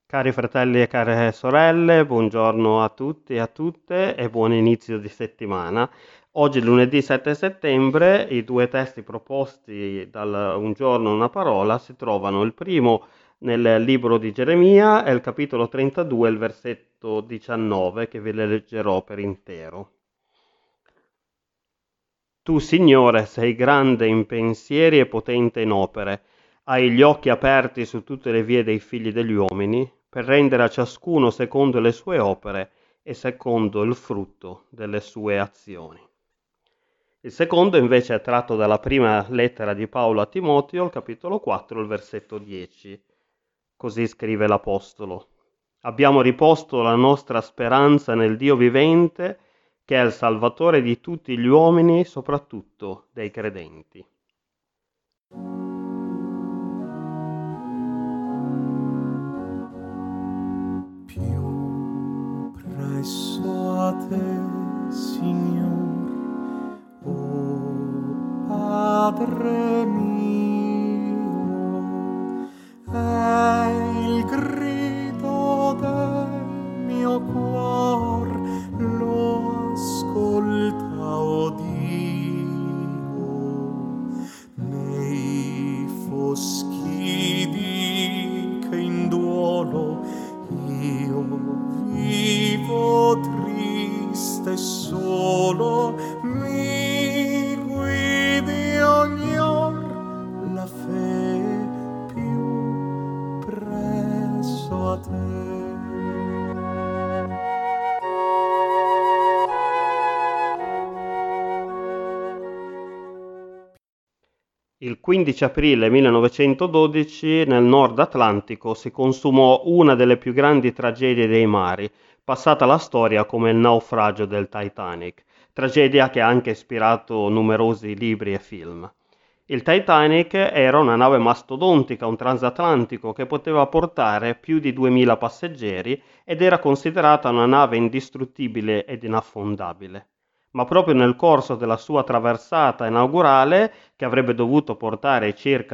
Cari fratelli e care sorelle, buongiorno a tutti e a tutte e buon inizio di settimana. Oggi, lunedì 7 settembre, i due testi proposti dal Un giorno una parola si trovano il primo nel libro di Geremia e il capitolo 32, il versetto 19, che ve le leggerò per intero. Tu, Signore, sei grande in pensieri e potente in opere. Hai gli occhi aperti su tutte le vie dei figli degli uomini, per rendere a ciascuno secondo le sue opere e secondo il frutto delle sue azioni. Il secondo invece è tratto dalla prima lettera di Paolo a Timoteo, il capitolo 4, il versetto 10. Così scrive l'Apostolo. Abbiamo riposto la nostra speranza nel Dio vivente, che è il Salvatore di tutti gli uomini, soprattutto dei credenti. Più presso a te, Signor, o Padre mio, è il grido del mio cuor, lo ascolta, o Dio, nei foschi di che in duolo io vivo triste solo, mi guidi ognor la fe più presso a te. Il 15 aprile 1912 nel Nord Atlantico si consumò una delle più grandi tragedie dei mari, passata alla storia come il naufragio del Titanic, tragedia che ha anche ispirato numerosi libri e film. Il Titanic era una nave mastodontica, un transatlantico che poteva portare più di 2000 passeggeri ed era considerata una nave indistruttibile ed inaffondabile. Ma proprio nel corso della sua traversata inaugurale, che avrebbe dovuto portare i circa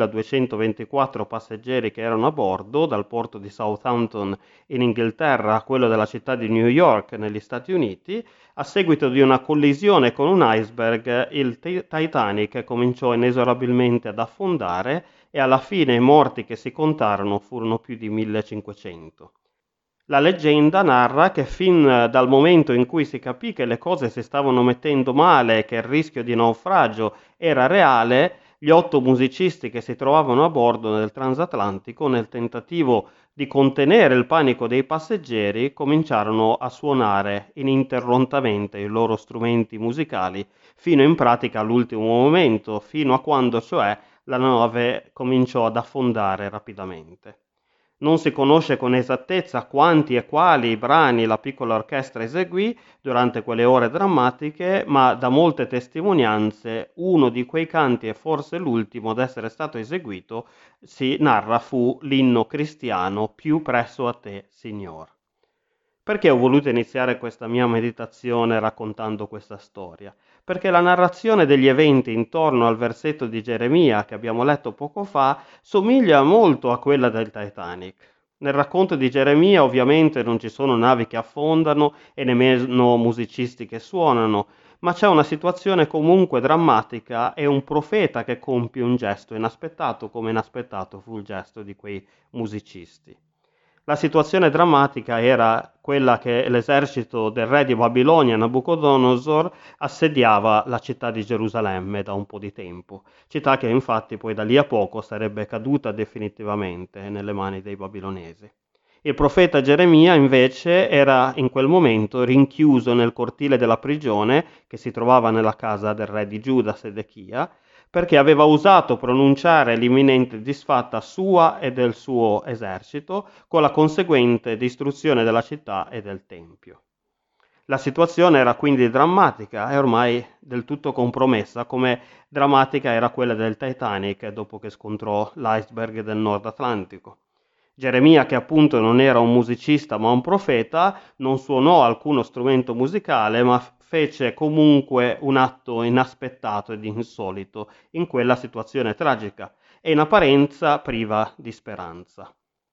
2224 passeggeri che erano a bordo, dal porto di Southampton in Inghilterra a quello della città di New York negli Stati Uniti, a seguito di una collisione con un iceberg, il Titanic cominciò inesorabilmente ad affondare e alla fine i morti che si contarono furono più di 1500. La leggenda narra che fin dal momento in cui si capì che le cose si stavano mettendo male e che il rischio di naufragio era reale, gli 8 musicisti che si trovavano a bordo del transatlantico, nel tentativo di contenere il panico dei passeggeri, cominciarono a suonare ininterrottamente i loro strumenti musicali fino in pratica all'ultimo momento, fino a quando cioè la nave cominciò ad affondare rapidamente. Non si conosce con esattezza quanti e quali brani la piccola orchestra eseguì durante quelle ore drammatiche, ma da molte testimonianze uno di quei canti, e forse l'ultimo ad essere stato eseguito, si narra fu l'inno cristiano Più presso a te, Signor. Perché ho voluto iniziare questa mia meditazione raccontando questa storia? Perché la narrazione degli eventi intorno al versetto di Geremia che abbiamo letto poco fa somiglia molto a quella del Titanic. Nel racconto di Geremia ovviamente non ci sono navi che affondano e nemmeno musicisti che suonano, ma c'è una situazione comunque drammatica e un profeta che compie un gesto inaspettato, come inaspettato fu il gesto di quei musicisti. La situazione drammatica era quella che l'esercito del re di Babilonia, Nabucodonosor, assediava la città di Gerusalemme da un po' di tempo, città che infatti poi da lì a poco sarebbe caduta definitivamente nelle mani dei babilonesi. Il profeta Geremia invece era in quel momento rinchiuso nel cortile della prigione che si trovava nella casa del re di Giuda, Sedechia, perché aveva osato pronunciare l'imminente disfatta sua e del suo esercito, con la conseguente distruzione della città e del tempio. La situazione era quindi drammatica e ormai del tutto compromessa, come drammatica era quella del Titanic dopo che scontrò l'iceberg del Nord Atlantico. Geremia, che appunto non era un musicista ma un profeta, non suonò alcuno strumento musicale, ma fece comunque un atto inaspettato ed insolito in quella situazione tragica e in apparenza priva di speranza.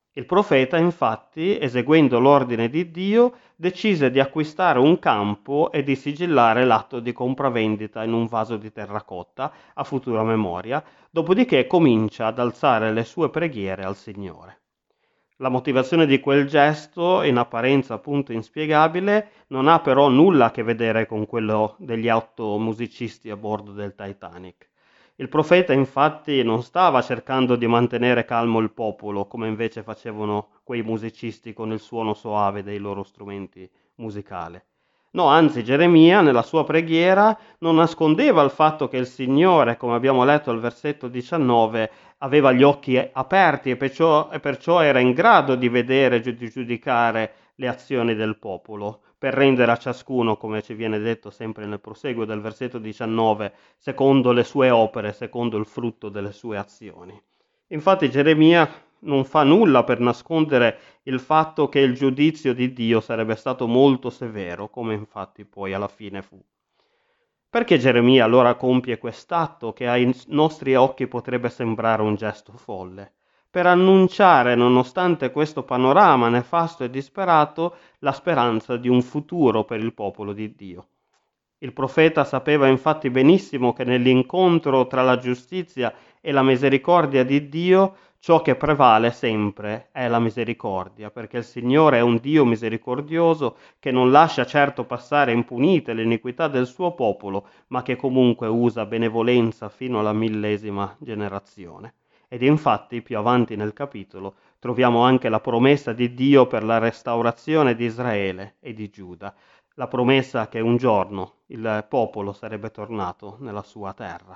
Il profeta, infatti, eseguendo l'ordine di Dio, decise di acquistare un campo e di sigillare l'atto di compravendita in un vaso di terracotta a futura memoria, dopodiché comincia ad alzare le sue preghiere al Signore. La motivazione di quel gesto, in apparenza appunto inspiegabile, non ha però nulla a che vedere con quello degli 8 musicisti a bordo del Titanic. Il profeta infatti non stava cercando di mantenere calmo il popolo, come invece facevano quei musicisti con il suono soave dei loro strumenti musicali. No, anzi, Geremia nella sua preghiera non nascondeva il fatto che il Signore, come abbiamo letto al versetto 19, aveva gli occhi aperti e perciò era in grado di vedere e di giudicare le azioni del popolo, per rendere a ciascuno, come ci viene detto sempre nel proseguo del versetto 19, secondo le sue opere, secondo il frutto delle sue azioni. Infatti Geremia non fa nulla per nascondere il fatto che il giudizio di Dio sarebbe stato molto severo, come infatti poi alla fine fu. Perché Geremia allora compie quest'atto che ai nostri occhi potrebbe sembrare un gesto folle? Per annunciare, nonostante questo panorama nefasto e disperato, la speranza di un futuro per il popolo di Dio. Il profeta sapeva infatti benissimo che nell'incontro tra la giustizia e la misericordia di Dio ciò che prevale sempre è la misericordia, perché il Signore è un Dio misericordioso che non lascia certo passare impunite l'iniquità del suo popolo, ma che comunque usa benevolenza fino alla 1000ª generazione. Ed infatti più avanti nel capitolo troviamo anche la promessa di Dio per la restaurazione di Israele e di Giuda, la promessa che un giorno il popolo sarebbe tornato nella sua terra.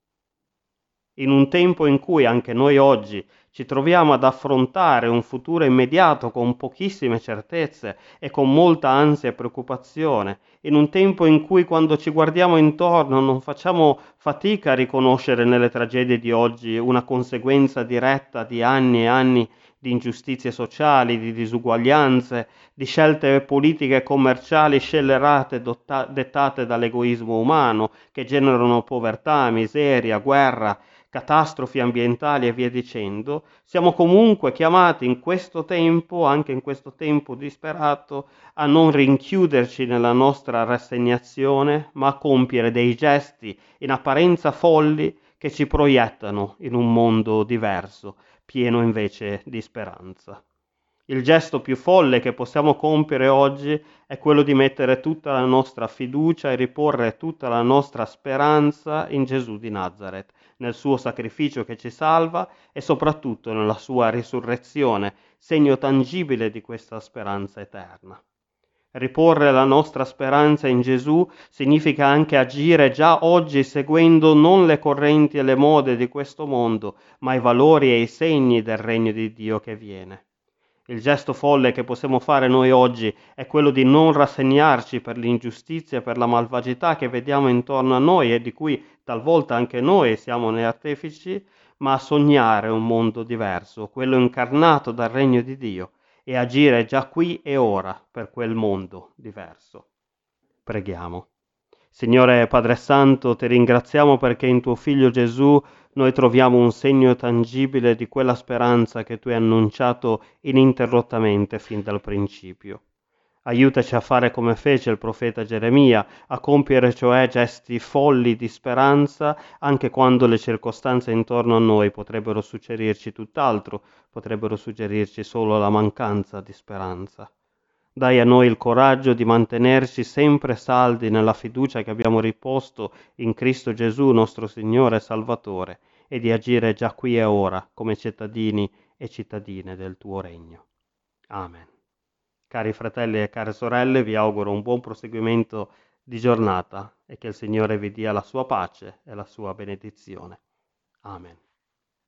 In un tempo in cui anche noi oggi ci troviamo ad affrontare un futuro immediato con pochissime certezze e con molta ansia e preoccupazione, in un tempo in cui quando ci guardiamo intorno non facciamo fatica a riconoscere nelle tragedie di oggi una conseguenza diretta di anni e anni di ingiustizie sociali, di disuguaglianze, di scelte politiche e commerciali scellerate dettate dall'egoismo umano che generano povertà, miseria, guerra, catastrofi ambientali e via dicendo, siamo comunque chiamati in questo tempo, anche in questo tempo disperato, a non rinchiuderci nella nostra rassegnazione, ma a compiere dei gesti in apparenza folli che ci proiettano in un mondo diverso, pieno invece di speranza. Il gesto più folle che possiamo compiere oggi è quello di mettere tutta la nostra fiducia e riporre tutta la nostra speranza in Gesù di Nazaret, nel suo sacrificio che ci salva e soprattutto nella sua risurrezione, segno tangibile di questa speranza eterna. Riporre la nostra speranza in Gesù significa anche agire già oggi seguendo non le correnti e le mode di questo mondo, ma i valori e i segni del regno di Dio che viene. Il gesto folle che possiamo fare noi oggi è quello di non rassegnarci per l'ingiustizia e per la malvagità che vediamo intorno a noi e di cui talvolta anche noi siamo ne artefici, ma a sognare un mondo diverso, quello incarnato dal regno di Dio, e agire già qui e ora per quel mondo diverso. Preghiamo. Signore Padre Santo, ti ringraziamo perché in tuo Figlio Gesù noi troviamo un segno tangibile di quella speranza che tu hai annunciato ininterrottamente fin dal principio. Aiutaci a fare come fece il profeta Geremia, a compiere cioè gesti folli di speranza anche quando le circostanze intorno a noi potrebbero suggerirci tutt'altro, potrebbero suggerirci solo la mancanza di speranza. Dai a noi il coraggio di mantenerci sempre saldi nella fiducia che abbiamo riposto in Cristo Gesù, nostro Signore e Salvatore, e di agire già qui e ora come cittadini e cittadine del tuo regno. Amen. Cari fratelli e care sorelle, vi auguro un buon proseguimento di giornata e che il Signore vi dia la sua pace e la sua benedizione. Amen.